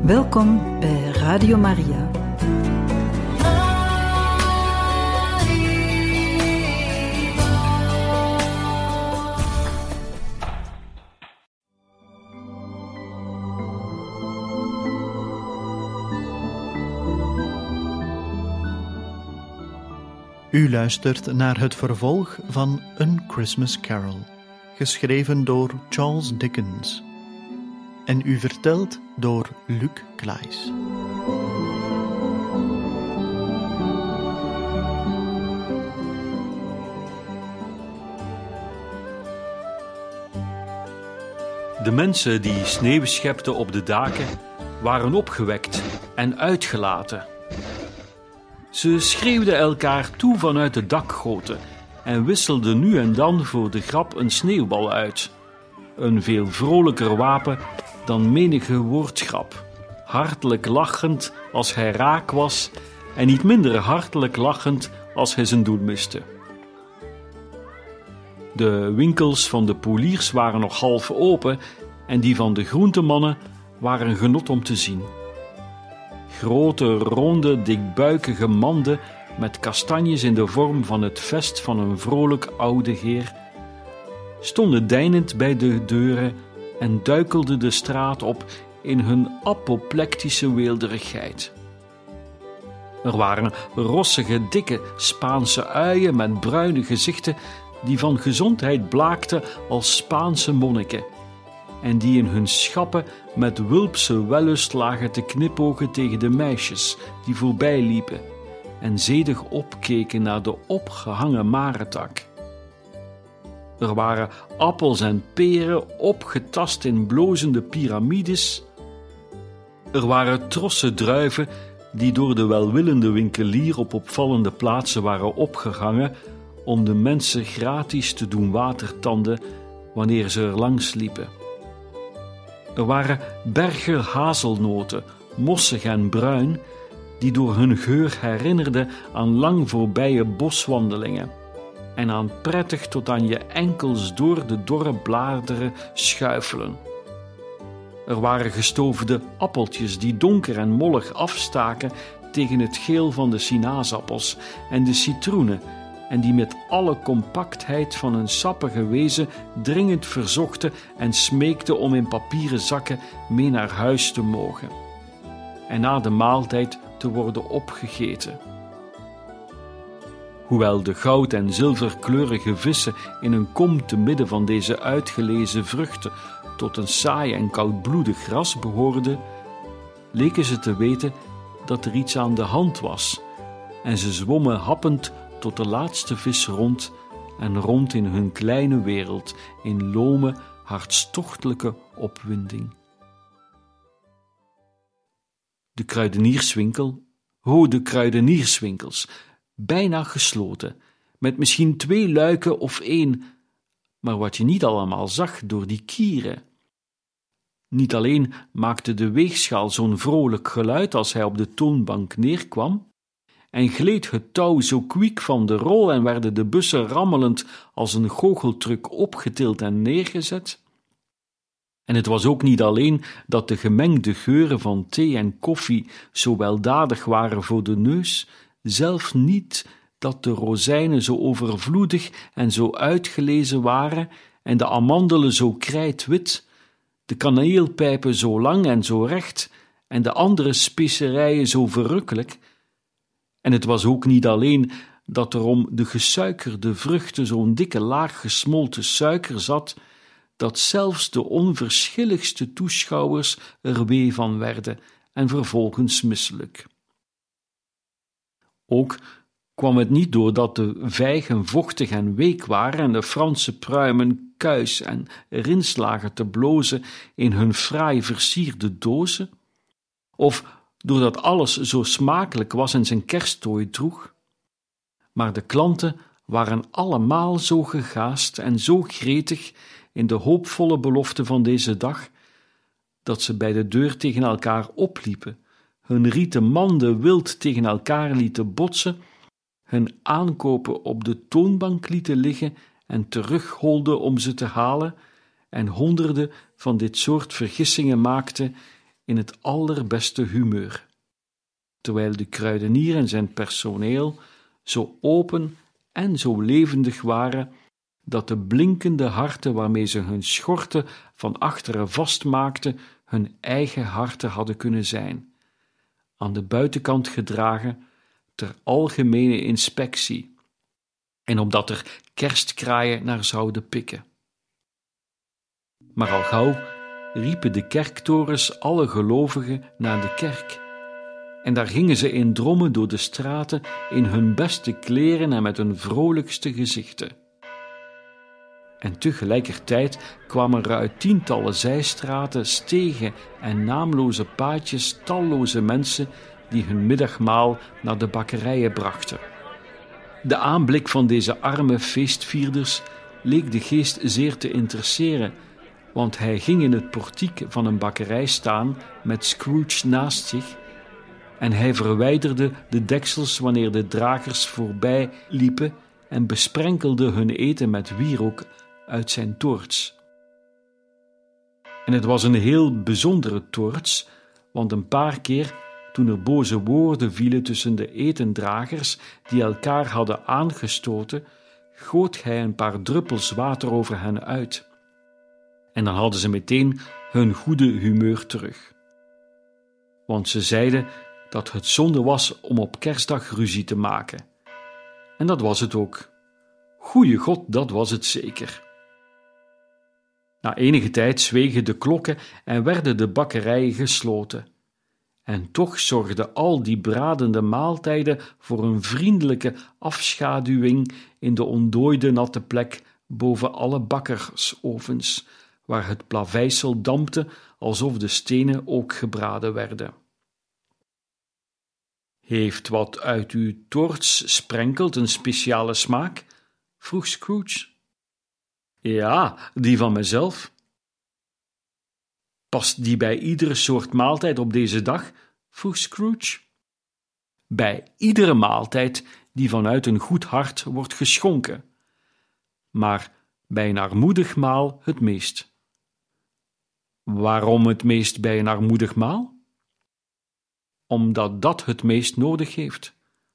Welkom bij Radio Maria. U luistert naar het vervolg van A Christmas Carol, geschreven door Charles Dickens en u verteld door Luc Claes. De mensen die sneeuw schepten op de daken waren opgewekt en uitgelaten. Ze schreeuwden elkaar toe vanuit de dakgoten en wisselden nu en dan voor de grap een sneeuwbal uit. Een veel vrolijker wapen dan menige woordgrap. Hartelijk lachend als hij raak was en niet minder hartelijk lachend als hij zijn doel miste. De winkels van de poeliers waren nog half open en die van de groentemannen waren een genot om te zien. Grote, ronde, dikbuikige manden met kastanjes in de vorm van het vest van een vrolijk oude heer stonden deinend bij de deuren en duikelden de straat op in hun apoplectische weelderigheid. Er waren rossige, dikke Spaanse uien met bruine gezichten die van gezondheid blaakten als Spaanse monniken en die in hun schappen met wulpse wellust lagen te knipogen tegen de meisjes die voorbij liepen en zedig opkeken naar de opgehangen marentak. Er waren appels en peren opgetast in blozende piramides. Er waren trossen druiven die door de welwillende winkelier op opvallende plaatsen waren opgehangen om de mensen gratis te doen watertanden wanneer ze er langs liepen. Er waren bergen hazelnoten, mossig en bruin, die door hun geur herinnerden aan lang voorbije boswandelingen en aan prettig tot aan je enkels door de dorre bladeren schuifelen. Er waren gestoofde appeltjes die donker en mollig afstaken tegen het geel van de sinaasappels en de citroenen en die met alle compactheid van een sappige wezen dringend verzochten en smeekten om in papieren zakken mee naar huis te mogen en na de maaltijd te worden opgegeten. Hoewel de goud- en zilverkleurige vissen in een kom te midden van deze uitgelezen vruchten tot een saai en koudbloedig gras behoorden, leken ze te weten dat er iets aan de hand was en ze zwommen happend tot de laatste vis rond en rond in hun kleine wereld in lome, hartstochtelijke opwinding. De kruidenierswinkel, de kruidenierswinkels, bijna gesloten, met misschien 2 luiken of 1, maar wat je niet allemaal zag door die kieren. Niet alleen maakte de weegschaal zo'n vrolijk geluid als hij op de toonbank neerkwam, en gleed het touw zo kwiek van de rol en werden de bussen rammelend als een goocheltruck opgetild en neergezet. En het was ook niet alleen dat de gemengde geuren van thee en koffie zo weldadig waren voor de neus, zelfs niet dat de rozijnen zo overvloedig en zo uitgelezen waren en de amandelen zo krijtwit, de kaneelpijpen zo lang en zo recht en de andere specerijen zo verrukkelijk. En het was ook niet alleen dat er om de gesuikerde vruchten zo'n dikke laag gesmolten suiker zat, dat zelfs de onverschilligste toeschouwers er wee van werden en vervolgens misselijk. Ook kwam het niet doordat de vijgen vochtig en week waren en de Franse pruimen kuis en rins lagen te blozen in hun fraai versierde dozen, of doordat alles zo smakelijk was en zijn kersttooi droeg, maar de klanten waren allemaal zo gegaast en zo gretig in de hoopvolle belofte van deze dag, dat ze bij de deur tegen elkaar opliepen, hun rieten manden wild tegen elkaar lieten botsen, hun aankopen op de toonbank lieten liggen en terugholden om ze te halen, en honderden van dit soort vergissingen maakten in het allerbeste humeur, terwijl de kruidenier en zijn personeel zo open en zo levendig waren dat de blinkende harten waarmee ze hun schorten van achteren vastmaakten hun eigen harten hadden kunnen zijn, aan de buitenkant gedragen ter algemene inspectie en opdat er kerstkraaien naar zouden pikken. Maar al gauw riepen de kerktorens alle gelovigen naar de kerk, en daar gingen ze in drommen door de straten in hun beste kleren en met hun vrolijkste gezichten. En tegelijkertijd kwamen er uit tientallen zijstraten, stegen en naamloze paadjes talloze mensen die hun middagmaal naar de bakkerijen brachten. De aanblik van deze arme feestvierders leek de geest zeer te interesseren, want hij ging in het portiek van een bakkerij staan met Scrooge naast zich en hij verwijderde de deksels wanneer de dragers voorbij liepen en besprenkelde hun eten met wierook uit zijn toorts. En het was een heel bijzondere toorts, want een paar keer, toen er boze woorden vielen tussen de etendragers die elkaar hadden aangestoten, goot hij een paar druppels water over hen uit. En dan hadden ze meteen hun goede humeur terug. Want ze zeiden dat het zonde was om op kerstdag ruzie te maken. En dat was het ook. Goeie God, dat was het zeker. Na enige tijd zwegen de klokken en werden de bakkerijen gesloten. En toch zorgden al die bradende maaltijden voor een vriendelijke afschaduwing in de ontdooide natte plek boven alle bakkersovens, waar het plaveisel dampte alsof de stenen ook gebraden werden. Heeft wat uit uw toorts sprenkelt een speciale smaak? Vroeg Scrooge. Ja, die van mezelf. Past die bij iedere soort maaltijd op deze dag? Vroeg Scrooge. Bij iedere maaltijd die vanuit een goed hart wordt geschonken, maar bij een armoedig maal het meest. Waarom het meest bij een armoedig maal? Omdat dat het meest nodig heeft.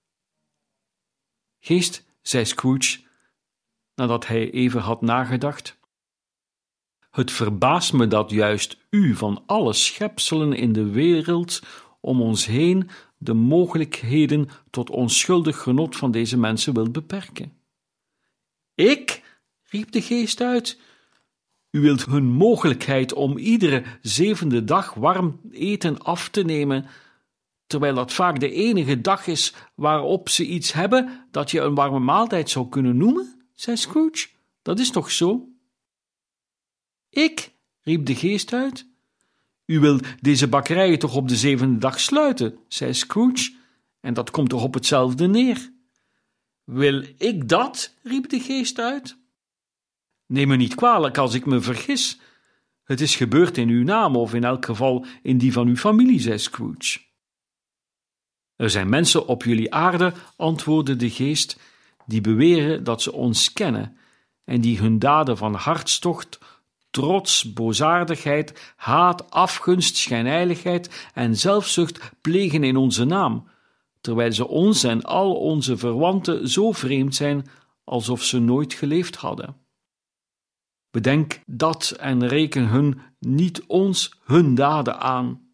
Geest, zei Scrooge, nadat hij even had nagedacht, het verbaast me dat juist u van alle schepselen in de wereld om ons heen de mogelijkheden tot onschuldig genot van deze mensen wilt beperken. Ik? Riep de geest uit. U wilt hun mogelijkheid om iedere 7e dag warm eten af te nemen, terwijl dat vaak de enige dag is waarop ze iets hebben dat je een warme maaltijd zou kunnen noemen, zei Scrooge. Dat is toch zo? Ik, riep de geest uit. U wilt deze bakkerijen toch op de 7e dag sluiten, zei Scrooge, en dat komt toch op hetzelfde neer. Wil ik dat? Riep de geest uit. Neem me niet kwalijk als ik me vergis. Het is gebeurd in uw naam, of in elk geval in die van uw familie, zei Scrooge. Er zijn mensen op jullie aarde, antwoordde de geest, die beweren dat ze ons kennen en die hun daden van hartstocht, trots, boosaardigheid, haat, afgunst, schijnheiligheid en zelfzucht plegen in onze naam, terwijl ze ons en al onze verwanten zo vreemd zijn alsof ze nooit geleefd hadden. Bedenk dat en reken hun, niet ons, hun daden aan.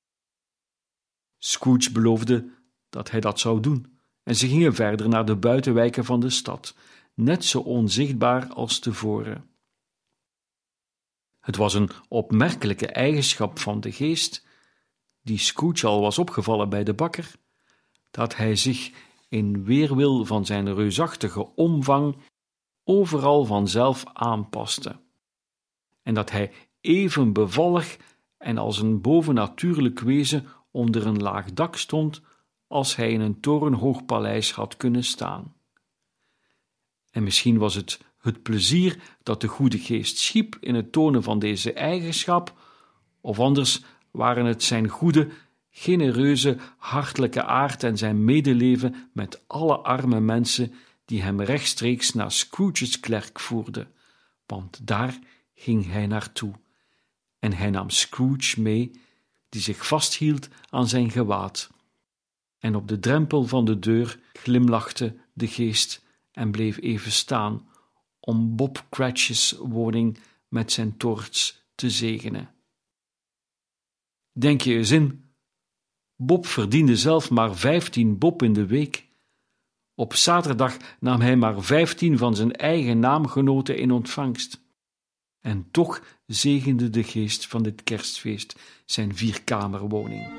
Scrooge beloofde dat hij dat zou doen, en ze gingen verder naar de buitenwijken van de stad, net zo onzichtbaar als tevoren. Het was een opmerkelijke eigenschap van de geest, die Scrooge al was opgevallen bij de bakker, dat hij zich in weerwil van zijn reusachtige omvang overal vanzelf aanpaste, en dat hij even bevallig en als een bovennatuurlijk wezen onder een laag dak stond als hij in een torenhoog paleis had kunnen staan. En misschien was het plezier dat de goede geest schiep in het tonen van deze eigenschap, of anders waren het zijn goede, genereuze, hartelijke aard en zijn medeleven met alle arme mensen die hem rechtstreeks naar Scrooge's klerk voerden, want daar ging hij naartoe, en hij nam Scrooge mee, die zich vasthield aan zijn gewaad. En op de drempel van de deur glimlachte de geest en bleef even staan om Bob Cratchit's woning met zijn toorts te zegenen. Denk je eens in, Bob verdiende zelf maar 15 bob in de week. Op zaterdag nam hij maar 15 van zijn eigen naamgenoten in ontvangst. En toch zegende de geest van dit kerstfeest zijn 4-kamerwoning.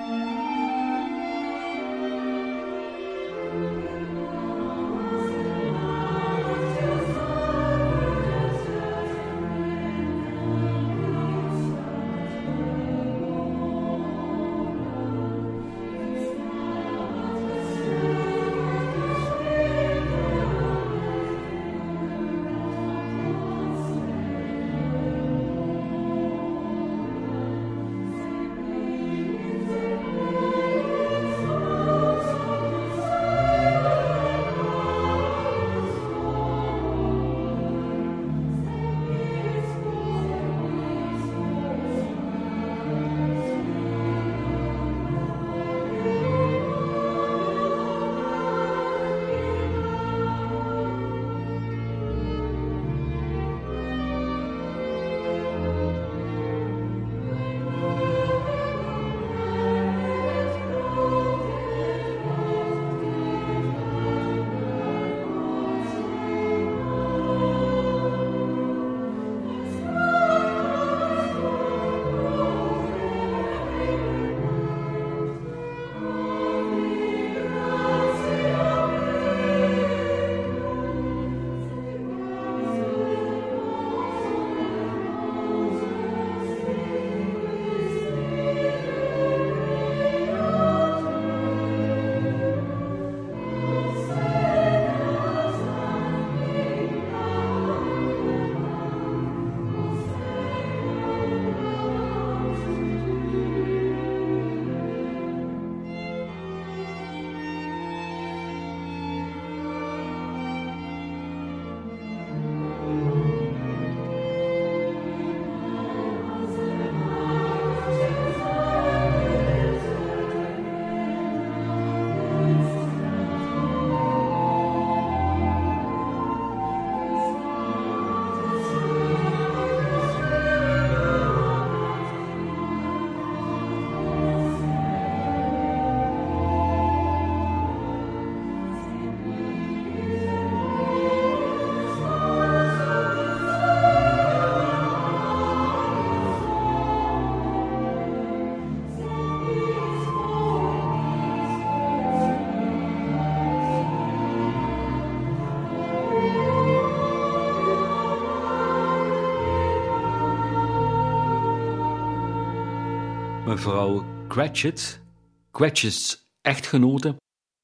Mevrouw Cratchit, Cratchit's echtgenote,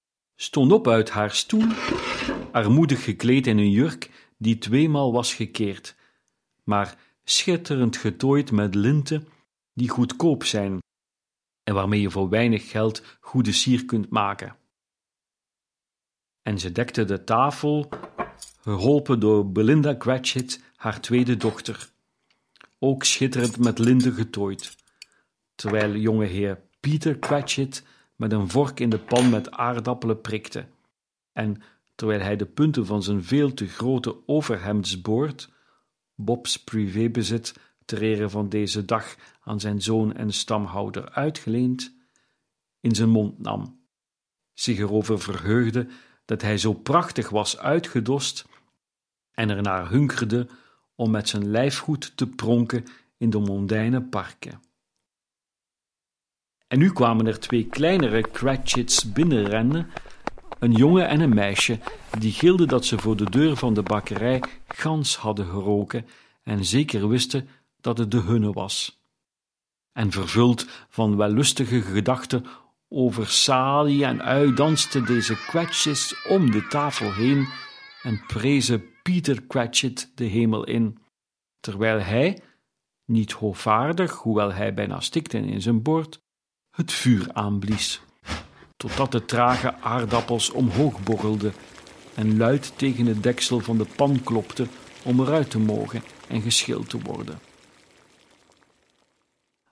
stond op uit haar stoel, armoedig gekleed in een jurk die 2-maal was gekeerd, maar schitterend getooid met linten die goedkoop zijn en waarmee je voor weinig geld goede sier kunt maken. En ze dekte de tafel, geholpen door Belinda Cratchit, haar tweede dochter, ook schitterend met linten getooid, terwijl jonge heer Peter Cratchit met een vork in de pan met aardappelen prikte, en terwijl hij de punten van zijn veel te grote overhemdsboord, Bob's privébezit ter ere van deze dag aan zijn zoon en stamhouder uitgeleend, in zijn mond nam, zich erover verheugde dat hij zo prachtig was uitgedost en ernaar hunkerde om met zijn lijfgoed te pronken in de mondaine parken. En nu kwamen er 2 kleinere Cratchits binnenrennen, een jongen en een meisje, die gilden dat ze voor de deur van de bakkerij gans hadden geroken en zeker wisten dat het de hunne was. En vervuld van wellustige gedachten over Sally en Ui dansten deze Cratchits om de tafel heen en prezen Peter Cratchit de hemel in, terwijl hij, niet hoovaardig, hoewel hij bijna stikte in zijn bord, het vuur aanblies, totdat de trage aardappels omhoog borrelden en luid tegen het deksel van de pan klopte om eruit te mogen en geschild te worden.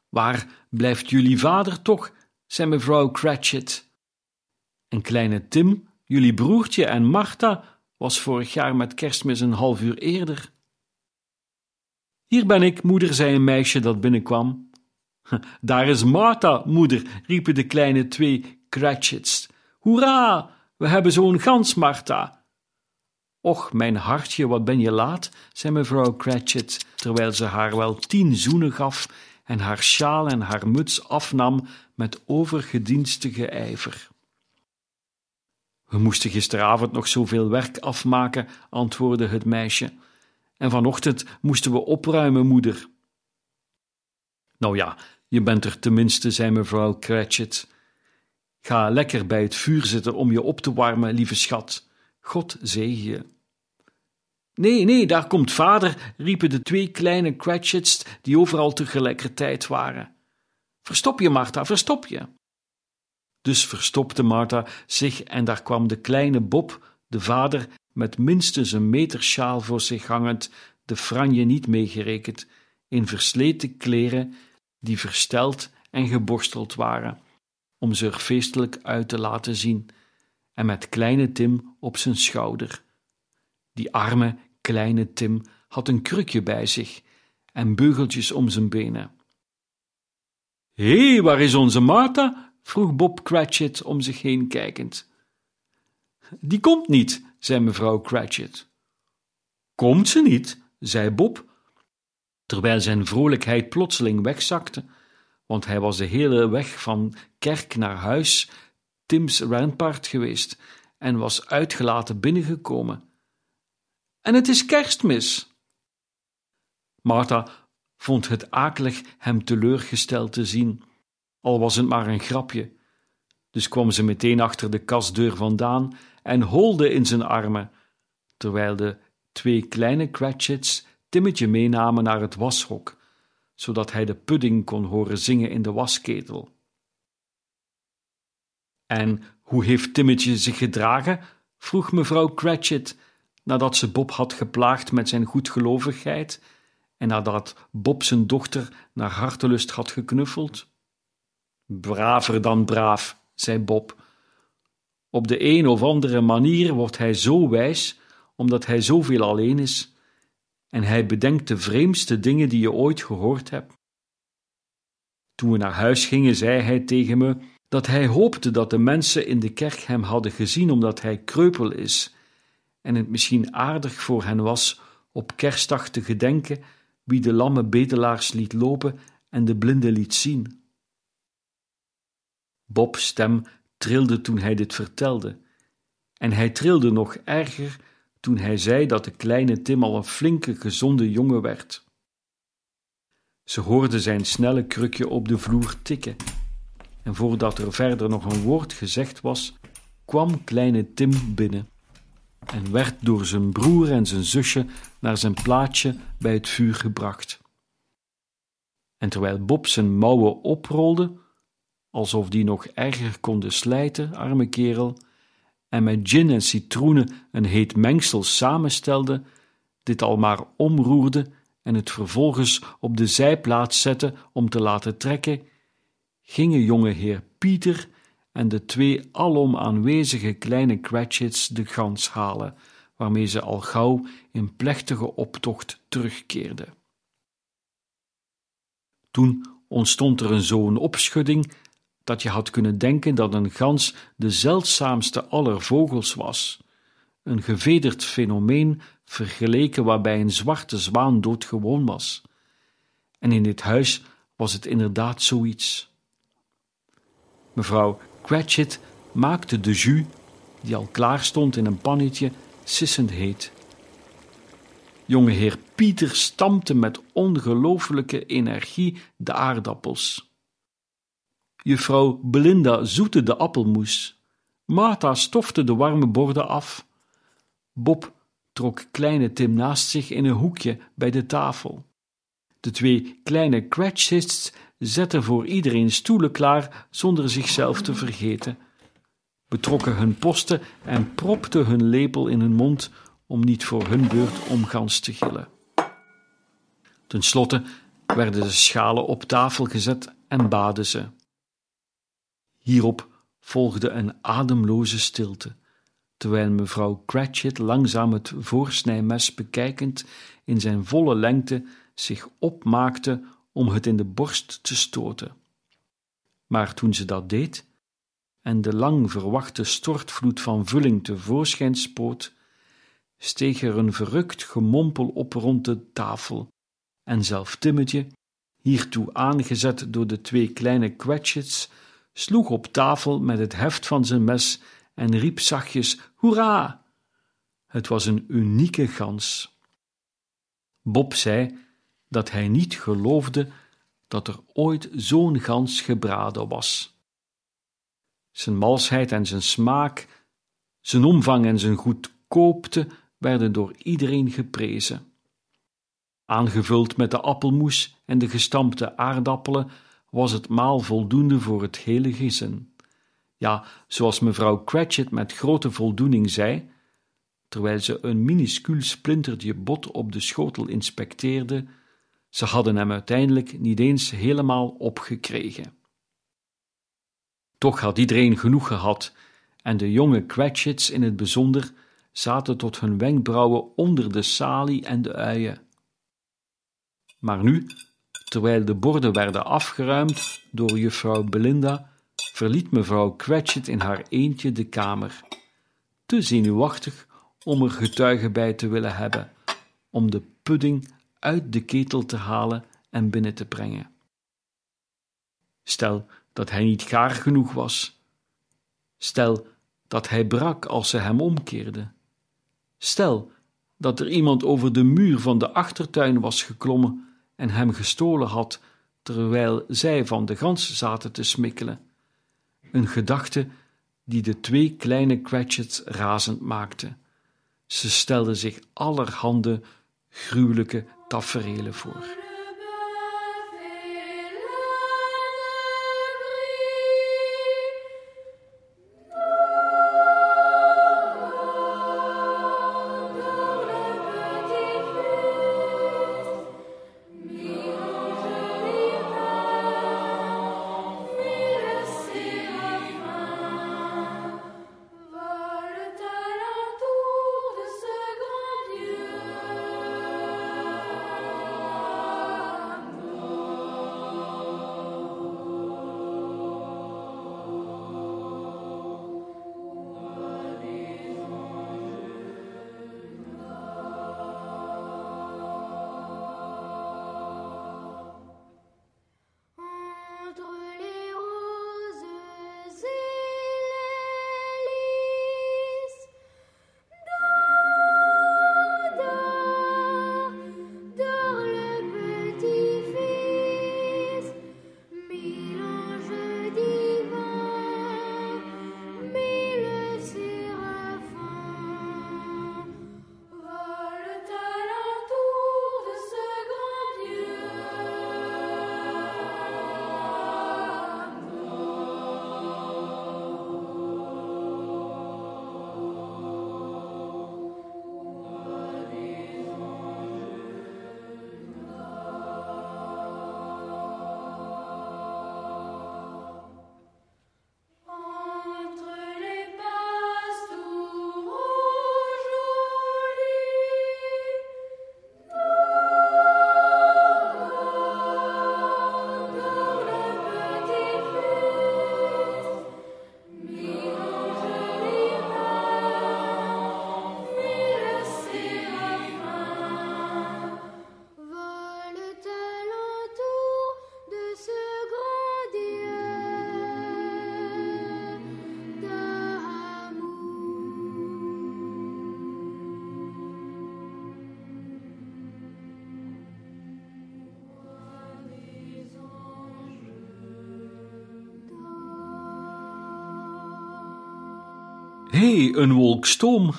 Waar blijft jullie vader toch? Zei mevrouw Cratchit. En kleine Tim, jullie broertje en Martha, was vorig jaar met Kerstmis een half uur eerder. Hier ben ik, moeder, zei een meisje dat binnenkwam. Daar is Martha, moeder, riepen de kleine twee Cratchits. Hoera, we hebben zo'n gans, Martha. Och, mijn hartje, wat ben je laat, zei mevrouw Cratchit, terwijl ze haar wel 10 zoenen gaf en haar sjaal en haar muts afnam met overgedienstige ijver. We moesten gisteravond nog zoveel werk afmaken, antwoordde het meisje, en vanochtend moesten we opruimen, moeder. Nou ja, je bent er tenminste, zei mevrouw Cratchit. Ga lekker bij het vuur zitten om je op te warmen, lieve schat. God zegen je. Nee, daar komt vader, riepen de 2 kleine Cratchits die overal tegelijkertijd waren. Verstop je, Martha, verstop je. Dus verstopte Martha zich en daar kwam de kleine Bob, de vader, met minstens een meter sjaal voor zich hangend, de franje niet meegerekend, in versleten kleren die versteld en geborsteld waren, om ze er feestelijk uit te laten zien, en met kleine Tim op zijn schouder. Die arme kleine Tim had een krukje bij zich en beugeltjes om zijn benen. Hé, waar is onze Martha? Vroeg Bob Cratchit om zich heen kijkend. Die komt niet, zei mevrouw Cratchit. Komt ze niet? Zei Bob, terwijl zijn vrolijkheid plotseling wegzakte, want hij was de hele weg van kerk naar huis Tim's Rampart geweest en was uitgelaten binnengekomen. En het is Kerstmis. Martha vond het akelig hem teleurgesteld te zien, al was het maar een grapje. Dus kwam ze meteen achter de kastdeur vandaan en holde in zijn armen, terwijl de 2 kleine Cratchits Timmetje meenamen naar het washok, zodat hij de pudding kon horen zingen in de wasketel. En hoe heeft Timmetje zich gedragen? Vroeg mevrouw Cratchit, nadat ze Bob had geplaagd met zijn goedgelovigheid en nadat Bob zijn dochter naar hartelust had geknuffeld. Braver dan braaf, zei Bob. Op de een of andere manier wordt hij zo wijs, omdat hij zoveel alleen is, en hij bedenkt de vreemdste dingen die je ooit gehoord hebt. Toen we naar huis gingen, zei hij tegen me dat hij hoopte dat de mensen in de kerk hem hadden gezien omdat hij kreupel is, en het misschien aardig voor hen was op Kerstdag te gedenken wie de lamme bedelaars liet lopen en de blinden liet zien. Bob's stem trilde toen hij dit vertelde, en hij trilde nog erger toen hij zei dat de kleine Tim al een flinke, gezonde jongen werd. Ze hoorde zijn snelle krukje op de vloer tikken, en voordat er verder nog een woord gezegd was, kwam kleine Tim binnen en werd door zijn broer en zijn zusje naar zijn plaatsje bij het vuur gebracht. En terwijl Bob zijn mouwen oprolde, alsof die nog erger konden slijten, arme kerel, en met gin en citroenen een heet mengsel samenstelde, dit al maar omroerde en het vervolgens op de zijplaats zette om te laten trekken, gingen jonge heer Pieter en de 2 alom aanwezige kleine Cratchits de gans halen, waarmee ze al gauw in plechtige optocht terugkeerden. Toen ontstond er zo'n opschudding dat je had kunnen denken dat een gans de zeldzaamste aller vogels was, een gevederd fenomeen vergeleken waarbij een zwarte zwaan doodgewoon was. En in dit huis was het inderdaad zoiets. Mevrouw Cratchit maakte de jus, die al klaar stond in een pannetje, sissend heet. Jonge heer Pieter stampte met ongelooflijke energie de aardappels. Juffrouw Belinda zoette de appelmoes. Martha stofte de warme borden af. Bob trok kleine Tim naast zich in een hoekje bij de tafel. De 2 kleine Cratchits zetten voor iedereen stoelen klaar zonder zichzelf te vergeten, betrokken hun posten en propten hun lepel in hun mond om niet voor hun beurt om gans te gillen. Ten slotte werden de schalen op tafel gezet en baden ze. Hierop volgde een ademloze stilte, terwijl mevrouw Cratchit langzaam het voorsnijmes bekijkend in zijn volle lengte zich opmaakte om het in de borst te stoten. Maar toen ze dat deed en de lang verwachte stortvloed van vulling tevoorschijn spoot, steeg er een verrukt gemompel op rond de tafel, en zelf Timmetje, hiertoe aangezet door de 2 kleine Cratchits, sloeg op tafel met het heft van zijn mes en riep zachtjes: "Hoera!" Het was een unieke gans. Bob zei dat hij niet geloofde dat er ooit zo'n gans gebraden was. Zijn malsheid en zijn smaak, zijn omvang en zijn goedkoopte werden door iedereen geprezen. Aangevuld met de appelmoes en de gestampte aardappelen was het maal voldoende voor het hele gezin. Ja, zoals mevrouw Cratchit met grote voldoening zei, terwijl ze een minuscuul splintertje bot op de schotel inspecteerde, ze hadden hem uiteindelijk niet eens helemaal opgekregen. Toch had iedereen genoeg gehad, en de jonge Cratchits in het bijzonder zaten tot hun wenkbrauwen onder de salie en de uien. Maar nu, terwijl de borden werden afgeruimd door juffrouw Belinda, verliet mevrouw Cratchit in haar eentje de kamer, te zenuwachtig om er getuigen bij te willen hebben, om de pudding uit de ketel te halen en binnen te brengen. Stel dat hij niet gaar genoeg was. Stel dat hij brak als ze hem omkeerde. Stel dat er iemand over de muur van de achtertuin was geklommen en hem gestolen had, terwijl zij van de gans zaten te smikkelen. Een gedachte die de 2 kleine Cratchits razend maakte. Ze stelden zich allerhande gruwelijke taferelen voor. Hé, een wolk stoom!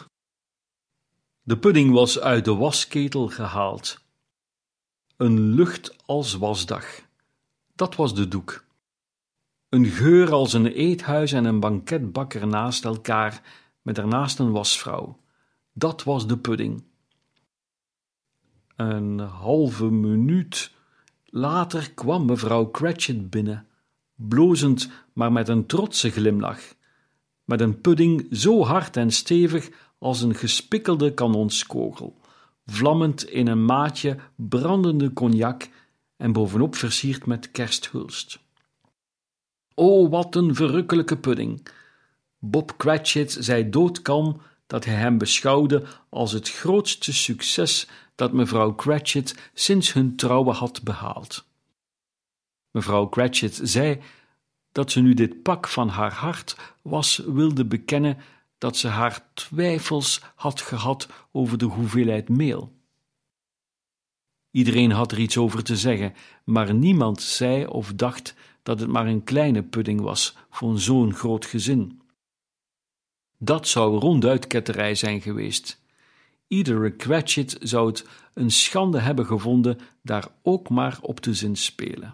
De pudding was uit de wasketel gehaald. Een lucht als wasdag. Dat was de doek. Een geur als een eethuis en een banketbakker naast elkaar, met daarnaast een wasvrouw. Dat was de pudding. Een halve minuut Later kwam mevrouw Cratchit binnen, blozend maar met een trotse glimlach, met een pudding zo hard en stevig als een gespikkelde kanonskogel, vlammend in een maatje brandende cognac en bovenop versierd met kersthulst. O, wat een verrukkelijke pudding! Bob Cratchit zei doodkalm dat hij hem beschouwde als het grootste succes dat mevrouw Cratchit sinds hun trouwen had behaald. Mevrouw Cratchit zei dat ze nu dit pak van haar hart wilde bekennen dat ze haar twijfels had gehad over de hoeveelheid meel. Iedereen had er iets over te zeggen, maar niemand zei of dacht dat het maar een kleine pudding was voor zo'n groot gezin. Dat zou ronduit ketterij zijn geweest. Iedere Cratchit zou het een schande hebben gevonden daar ook maar op te zinspelen.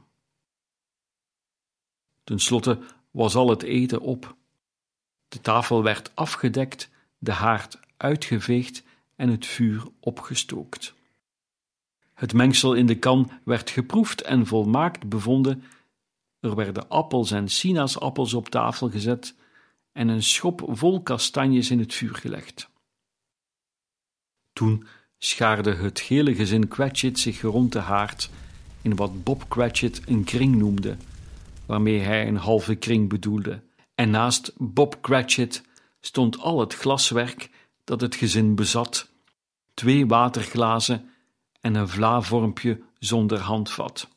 Ten slotte was al het eten op. De tafel werd afgedekt, de haard uitgeveegd en het vuur opgestookt. Het mengsel in de kan werd geproefd en volmaakt bevonden. Er werden appels en sinaasappels op tafel gezet en een schop vol kastanjes in het vuur gelegd. Toen schaarde het hele gezin Cratchit zich rond de haard in wat Bob Cratchit een kring noemde, waarmee hij een halve kring bedoelde, en naast Bob Cratchit stond al het glaswerk dat het gezin bezat, 2 waterglazen en een vlaavormpje zonder handvat.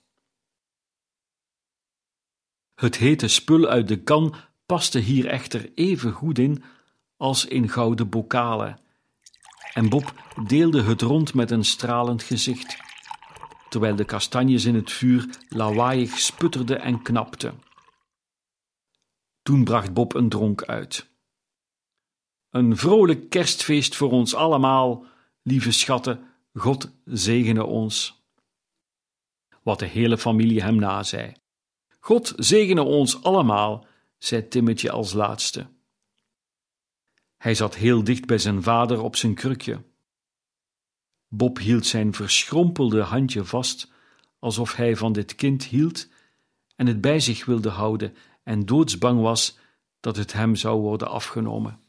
Het hete spul uit de kan paste hier echter even goed in als in gouden bokalen, en Bob deelde het rond met een stralend gezicht, terwijl de kastanjes in het vuur lawaaiig sputterden en knapten. Toen bracht Bob een dronk uit. Een vrolijk kerstfeest voor ons allemaal, lieve schatten, God zegene ons. Wat de hele familie hem nazei. God zegene ons allemaal, zei Timmetje als laatste. Hij zat heel dicht bij zijn vader op zijn krukje. Bob hield zijn verschrompelde handje vast, alsof hij van dit kind hield en het bij zich wilde houden en doodsbang was dat het hem zou worden afgenomen.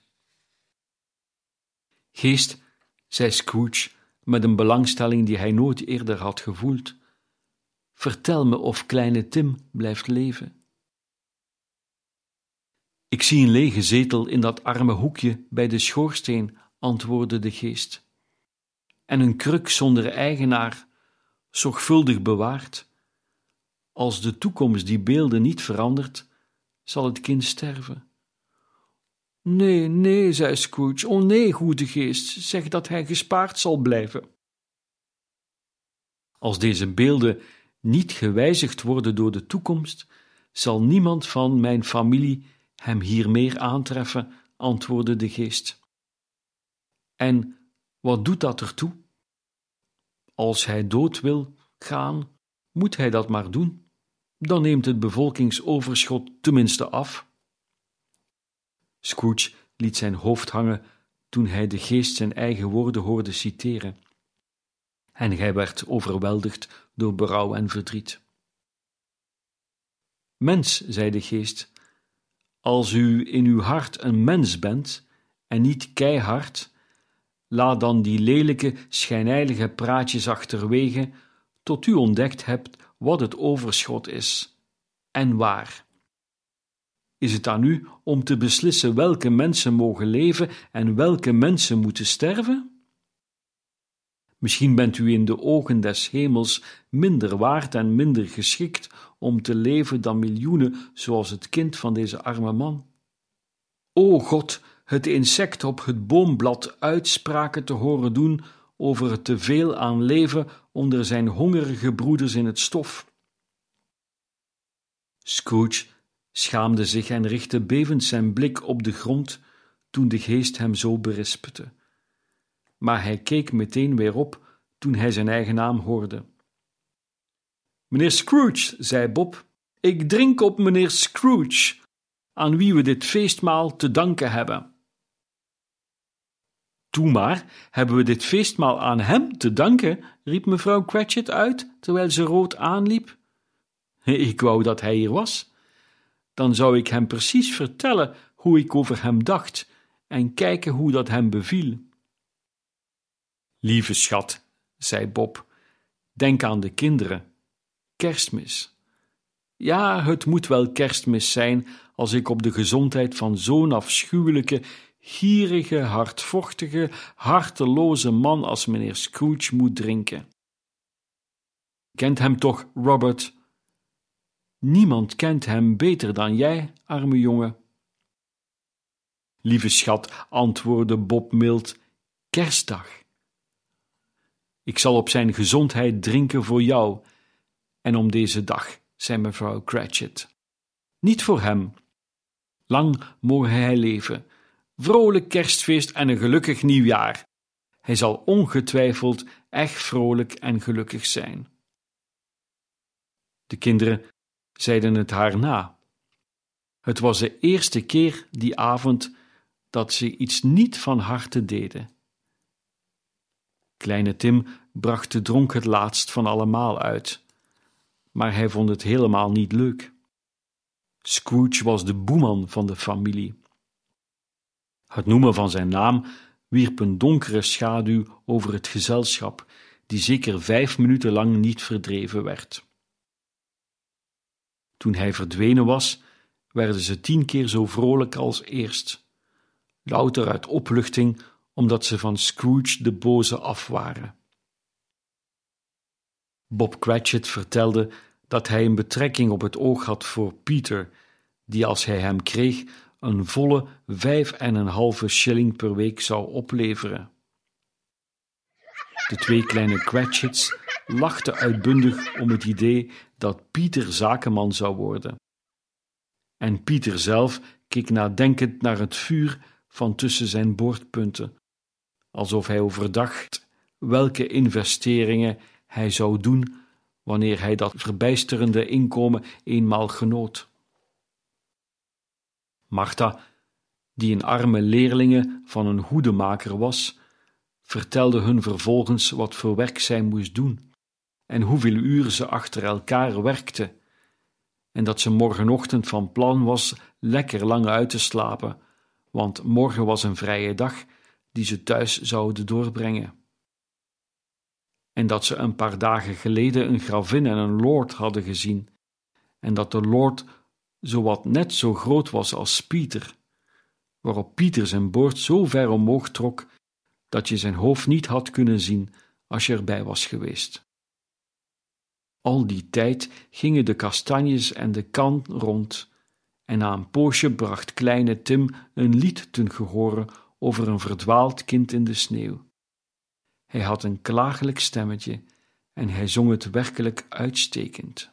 Geest, zei Scrooge met een belangstelling die hij nooit eerder had gevoeld, vertel me of kleine Tim blijft leven. Ik zie een lege zetel in dat arme hoekje bij de schoorsteen, antwoordde de geest, en een kruk zonder eigenaar, zorgvuldig bewaard. Als de toekomst die beelden niet verandert, zal het kind sterven. Nee, nee, zei Scrooge, o nee, goede geest, zeg dat hij gespaard zal blijven. Als deze beelden niet gewijzigd worden door de toekomst, zal niemand van mijn familie hem hier meer aantreffen, antwoordde de geest. En wat doet dat ertoe? Als hij dood wil gaan, moet hij dat maar doen. Dan neemt het bevolkingsoverschot tenminste af. Scrooge liet zijn hoofd hangen toen hij de geest zijn eigen woorden hoorde citeren. En hij werd overweldigd door berouw en verdriet. Mens, zei de geest, als u in uw hart een mens bent en niet keihard, laat dan die lelijke, schijnheilige praatjes achterwege tot u ontdekt hebt wat het overschot is en waar. Is het aan u om te beslissen welke mensen mogen leven en welke mensen moeten sterven? Misschien bent u in de ogen des hemels minder waard en minder geschikt om te leven dan miljoenen zoals het kind van deze arme man. O God, het insect op het boomblad uitspraken te horen doen over het teveel aan leven onder zijn hongerige broeders in het stof. Scrooge schaamde zich en richtte bevend zijn blik op de grond toen de geest hem zo berispte. Maar hij keek meteen weer op toen hij zijn eigen naam hoorde. Meneer Scrooge, zei Bob, ik drink op meneer Scrooge, aan wie we dit feestmaal te danken hebben. Toe maar, hebben we dit feestmaal aan hem te danken, riep mevrouw Cratchit uit, terwijl ze rood aanliep. Ik wou dat hij hier was. Dan zou ik hem precies vertellen hoe ik over hem dacht en kijken hoe dat hem beviel. Lieve schat, zei Bob, denk aan de kinderen. Kerstmis. Ja, het moet wel Kerstmis zijn als ik op de gezondheid van zo'n afschuwelijke, gierige, hardvochtige, harteloze man als meneer Scrooge moet drinken. Kent hem toch, Robert? Niemand kent hem beter dan jij, arme jongen. Lieve schat, antwoordde Bob mild, Kerstdag. Ik zal op zijn gezondheid drinken voor jou en om deze dag, zei mevrouw Cratchit. Niet voor hem. Lang moge hij leven. Vrolijk kerstfeest en een gelukkig nieuwjaar. Hij zal ongetwijfeld echt vrolijk en gelukkig zijn. De kinderen zeiden het haar na. Het was de eerste keer die avond dat ze iets niet van harte deden. Kleine Tim bracht de dronk het laatst van allemaal uit, maar hij vond het helemaal niet leuk. Scrooge was de boeman van de familie. Het noemen van zijn naam wierp een donkere schaduw over het gezelschap, die zeker 5 minuten lang niet verdreven werd. Toen hij verdwenen was, werden ze 10 keer zo vrolijk als eerst, louter uit opluchting omdat ze van Scrooge de boze af waren. Bob Cratchit vertelde dat hij een betrekking op het oog had voor Peter, die als hij hem kreeg een volle 5,5 shilling per week zou opleveren. De 2 kleine Cratchits lachten uitbundig om het idee dat Pieter zakenman zou worden. En Pieter zelf keek nadenkend naar het vuur van tussen zijn boordpunten, alsof hij overdacht welke investeringen hij zou doen wanneer hij dat verbijsterende inkomen eenmaal genoot. Martha, die een arme leerlinge van een hoedemaker was, vertelde hun vervolgens wat voor werk zij moest doen en hoeveel uren ze achter elkaar werkte, en dat ze morgenochtend van plan was lekker lang uit te slapen, want morgen was een vrije dag die ze thuis zouden doorbrengen. En dat ze een paar dagen geleden een gravin en een lord hadden gezien, en dat de lord zowat net zo groot was als Pieter, waarop Pieter zijn boord zo ver omhoog trok dat je zijn hoofd niet had kunnen zien als je erbij was geweest. Al die tijd gingen de kastanjes en de kan rond, en na een poosje bracht kleine Tim een lied ten gehore over een verdwaald kind in de sneeuw. Hij had een klagelijk stemmetje en hij zong het werkelijk uitstekend.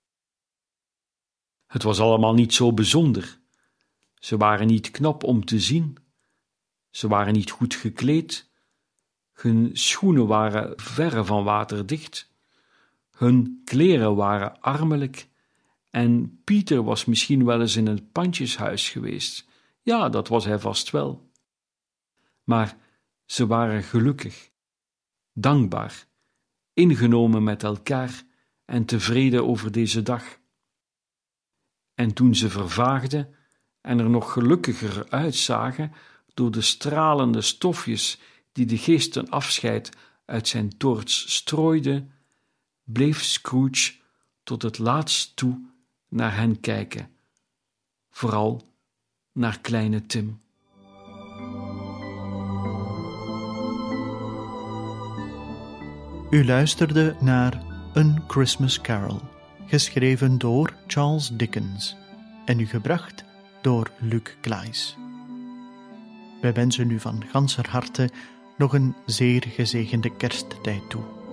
Het was allemaal niet zo bijzonder. Ze waren niet knap om te zien. Ze waren niet goed gekleed. Hun schoenen waren verre van waterdicht. Hun kleren waren armelijk. En Pieter was misschien wel eens in het pandjeshuis geweest. Ja, dat was hij vast wel. Maar ze waren gelukkig, dankbaar, ingenomen met elkaar en tevreden over deze dag. En toen ze vervaagden en er nog gelukkiger uitzagen door de stralende stofjes die de geest ten afscheid uit zijn toorts strooide, bleef Scrooge tot het laatst toe naar hen kijken, vooral naar kleine Tim. U luisterde naar Een Christmas Carol, geschreven door Charles Dickens en u gebracht door Luc Claes. Wij wensen u van ganser harte nog een zeer gezegende kersttijd toe.